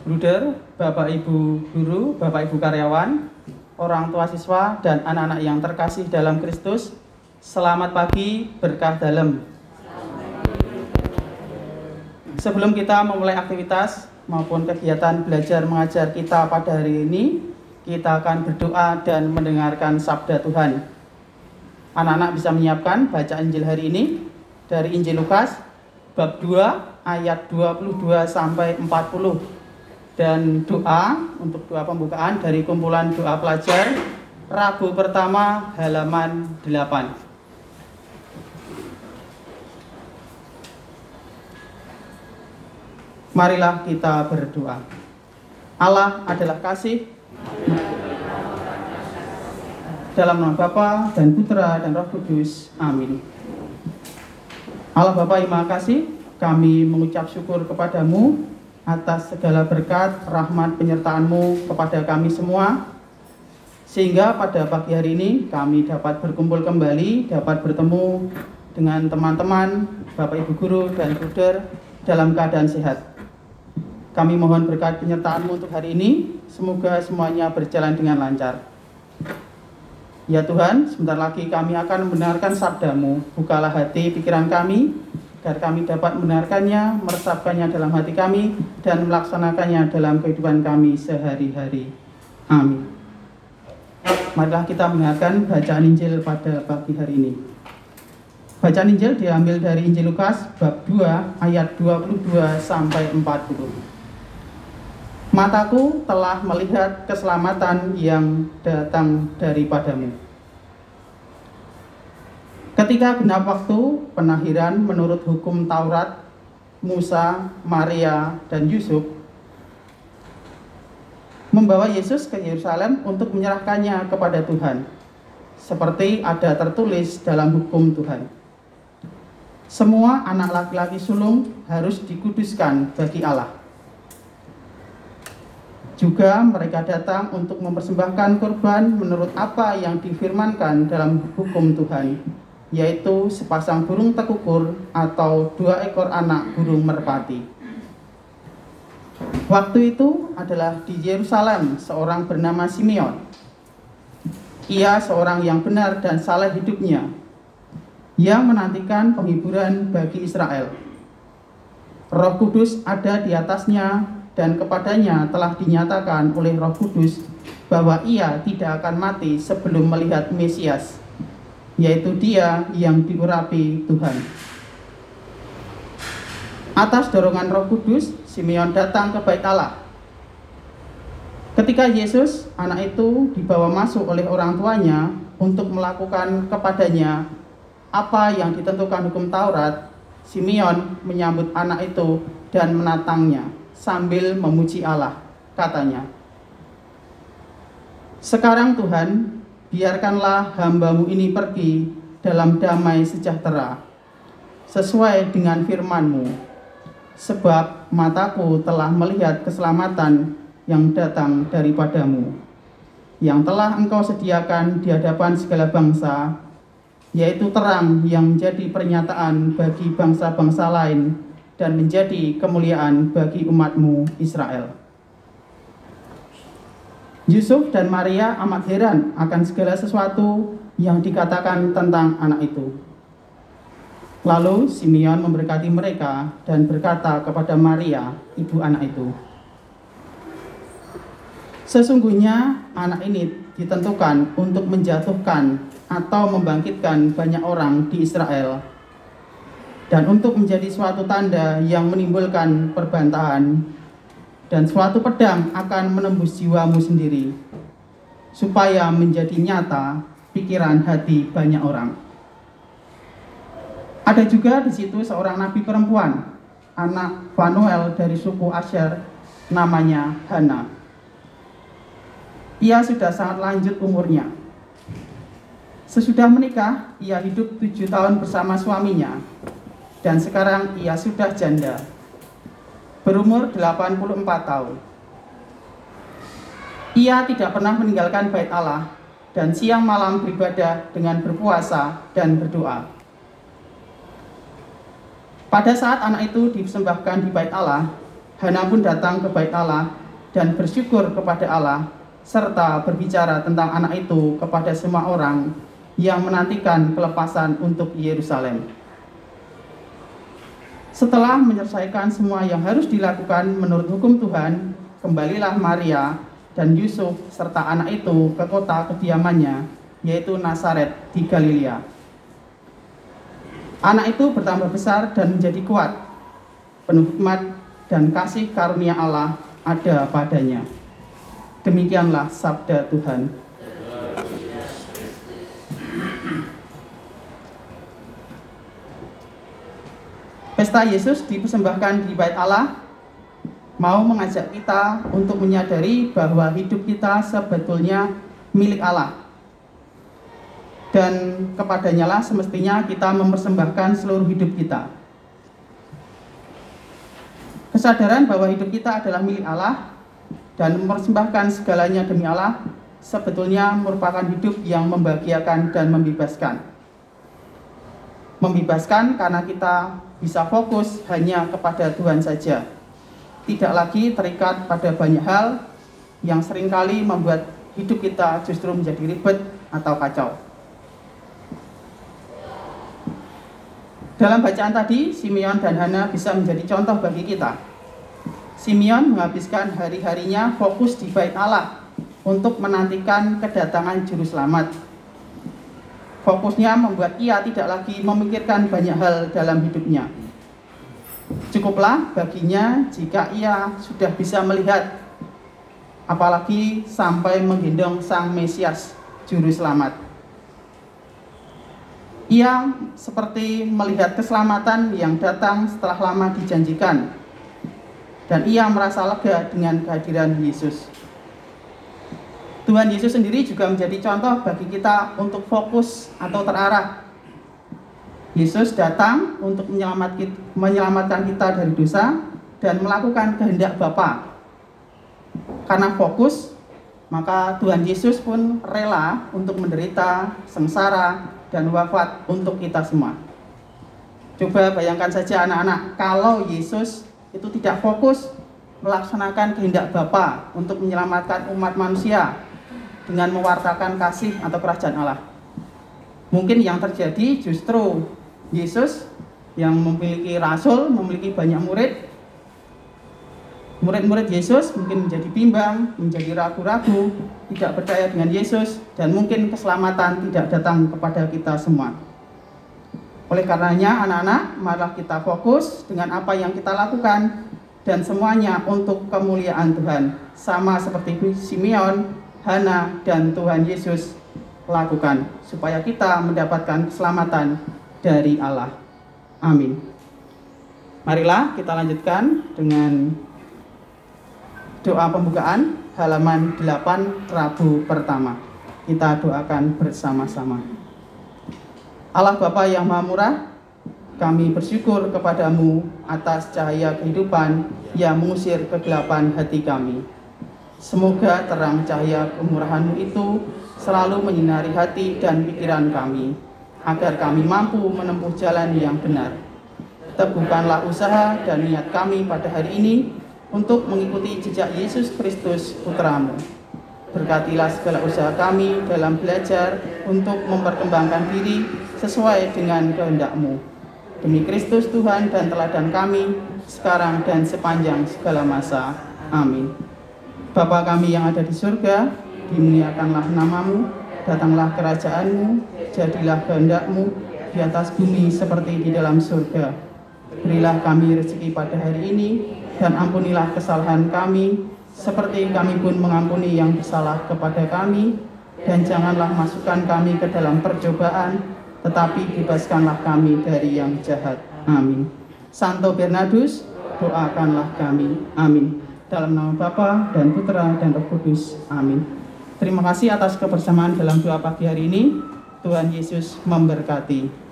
Bruder, Bapak Ibu guru, Bapak Ibu karyawan, orang tua siswa, dan anak-anak yang terkasih dalam Kristus, selamat pagi, berkah dalam. Sebelum kita memulai aktivitas maupun kegiatan belajar mengajar kita pada hari ini, kita akan berdoa dan mendengarkan sabda Tuhan. Anak-anak bisa menyiapkan bacaan Injil hari ini dari Injil Lukas, bab 2, ayat 22 sampai 40. Dan doa untuk doa pembukaan dari kumpulan doa pelajar Rabu pertama halaman 8. Marilah kita berdoa. Allah adalah kasih. Dalam nama Bapa dan Putra dan Roh Kudus. Amin. Allah Bapa yang Maha Kasih, kami mengucap syukur kepadamu atas segala berkat, rahmat, penyertaan-Mu kepada kami semua, sehingga pada pagi hari ini kami dapat berkumpul kembali, dapat bertemu dengan teman-teman, Bapak Ibu Guru dan Bruder dalam keadaan sehat. Kami mohon berkat penyertaan-Mu untuk hari ini, semoga semuanya berjalan dengan lancar. Ya Tuhan, sebentar lagi kami akan mendengarkan sabda-Mu. Bukalah hati pikiran kami, agar kami dapat mendengarkannya, meresapkannya dalam hati kami, dan melaksanakannya dalam kehidupan kami sehari-hari. Amin. Marilah kita mendengarkan bacaan Injil pada pagi hari ini. Bacaan Injil diambil dari Injil Lukas, bab 2, ayat 22 sampai 40. Mataku telah melihat keselamatan yang datang daripadamu. Ketika genap waktu penahiran menurut hukum Taurat, Musa, Maria, dan Yusuf membawa Yesus ke Yerusalem untuk menyerahkannya kepada Tuhan, seperti ada tertulis dalam hukum Tuhan. Semua anak laki-laki sulung harus dikuduskan bagi Allah. Juga mereka datang untuk mempersembahkan kurban menurut apa yang difirmankan dalam hukum Tuhan, yaitu sepasang burung tekukur atau 2 ekor anak burung merpati. Waktu itu adalah di Yerusalem seorang bernama Simeon. Ia seorang yang benar dan saleh hidupnya, yang menantikan penghiburan bagi Israel. Roh Kudus ada di atasnya, dan kepadanya telah dinyatakan oleh Roh Kudus bahwa ia tidak akan mati sebelum melihat Mesias, yaitu Dia yang diurapi Tuhan. Atas dorongan Roh Kudus, Simeon datang ke Bait Allah. Ketika Yesus, anak itu, dibawa masuk oleh orang tuanya untuk melakukan kepadanya apa yang ditentukan hukum Taurat, Simeon menyambut anak itu dan menatangnya sambil memuji Allah. Katanya, "Sekarang Tuhan, biarkanlah hamba-Mu ini pergi dalam damai sejahtera, sesuai dengan firman-Mu, sebab mataku telah melihat keselamatan yang datang daripadamu, yang telah Engkau sediakan di hadapan segala bangsa, yaitu terang yang menjadi pernyataan bagi bangsa-bangsa lain, dan menjadi kemuliaan bagi umat-Mu Israel." Yusuf dan Maria amat heran akan segala sesuatu yang dikatakan tentang anak itu. Lalu Simeon memberkati mereka dan berkata kepada Maria, ibu anak itu, "Sesungguhnya anak ini ditentukan untuk menjatuhkan atau membangkitkan banyak orang di Israel, dan untuk menjadi suatu tanda yang menimbulkan perbantahan, dan suatu pedang akan menembus jiwamu sendiri, supaya menjadi nyata pikiran hati banyak orang." Ada juga di situ seorang nabi perempuan, anak Fanuel dari suku Asher, namanya Hana. Ia sudah sangat lanjut umurnya. Sesudah menikah, ia hidup 7 tahun bersama suaminya, dan sekarang ia sudah janda, berumur 84 tahun. Ia tidak pernah meninggalkan Bait Allah, dan siang malam beribadah dengan berpuasa dan berdoa. Pada saat anak itu dipersembahkan di Bait Allah, Hana pun datang ke bait Allah dan bersyukur kepada Allah, serta berbicara tentang anak itu kepada semua orang yang menantikan kelepasan untuk Yerusalem. Setelah menyelesaikan semua yang harus dilakukan menurut hukum Tuhan, kembalilah Maria dan Yusuf serta anak itu ke kota kediamannya, yaitu Nazaret di Galilea. Anak itu bertambah besar dan menjadi kuat, penuh hikmat dan kasih karunia Allah ada padanya. Demikianlah sabda Tuhan. Pesta Yesus dipersembahkan di bait Allah mau mengajak kita untuk menyadari bahwa hidup kita sebetulnya milik Allah. Dan kepadanya lah semestinya kita mempersembahkan seluruh hidup kita. Kesadaran bahwa hidup kita adalah milik Allah dan mempersembahkan segalanya demi Allah sebetulnya merupakan hidup yang membahagiakan dan membebaskan. Membebaskan karena kita bisa fokus hanya kepada Tuhan saja. Tidak lagi terikat pada banyak hal yang seringkali membuat hidup kita justru menjadi ribet atau kacau. Dalam bacaan tadi, Simeon dan Hana bisa menjadi contoh bagi kita. Simeon menghabiskan hari-harinya fokus di bait Allah untuk menantikan kedatangan Juru Selamat. Fokusnya membuat ia tidak lagi memikirkan banyak hal dalam hidupnya. Cukuplah baginya jika ia sudah bisa melihat, apalagi sampai menggendong Sang Mesias, Juru Selamat. Ia seperti melihat keselamatan yang datang setelah lama dijanjikan, dan ia merasa lega dengan kehadiran Yesus. Tuhan Yesus sendiri juga menjadi contoh bagi kita untuk fokus atau terarah. Yesus datang untuk menyelamatkan kita dari dosa dan melakukan kehendak Bapa. Karena fokus, maka Tuhan Yesus pun rela untuk menderita, sengsara, dan wafat untuk kita semua. Coba bayangkan saja anak-anak, kalau Yesus itu tidak fokus melaksanakan kehendak Bapa untuk menyelamatkan umat manusia dengan mewartakan kasih atau kerajaan Allah. Mungkin yang terjadi justru Yesus yang memiliki rasul, memiliki banyak murid-murid Yesus mungkin menjadi bimbang, menjadi ragu-ragu, tidak percaya dengan Yesus, dan mungkin keselamatan tidak datang kepada kita semua. Oleh karenanya anak-anak, marilah kita fokus dengan apa yang kita lakukan dan semuanya untuk kemuliaan Tuhan, sama seperti Simeon, Hana, dan Tuhan Yesus lakukan, supaya kita mendapatkan keselamatan dari Allah. Amin. Marilah kita lanjutkan dengan doa pembukaan halaman 8 Rabu pertama. Kita doakan bersama-sama. Allah Bapa yang Maha Murah, kami bersyukur kepadamu atas cahaya kehidupan yang mengusir kegelapan hati kami. Semoga terang cahaya kemurahan-Mu itu selalu menyinari hati dan pikiran kami, agar kami mampu menempuh jalan yang benar. Teguhkanlah usaha dan niat kami pada hari ini untuk mengikuti jejak Yesus Kristus Putra-Mu. Berkatilah segala usaha kami dalam belajar untuk memperkembangkan diri sesuai dengan kehendak-Mu. Demi Kristus Tuhan dan teladan kami, sekarang dan sepanjang segala masa. Amin. Bapa kami yang ada di surga, dimuliakanlah nama-Mu, datanglah kerajaan-Mu, jadilah kehendak-Mu di atas bumi seperti di dalam surga. Berilah kami rezeki pada hari ini, dan ampunilah kesalahan kami, seperti kami pun mengampuni yang bersalah kepada kami, dan janganlah masukkan kami ke dalam percobaan, tetapi bebaskanlah kami dari yang jahat. Amin. Santo Bernardus, doakanlah kami. Amin. Dalam nama Bapa dan Putra dan Roh Kudus. Amin. Terima kasih atas kebersamaan dalam doa pagi hari ini. Tuhan Yesus memberkati.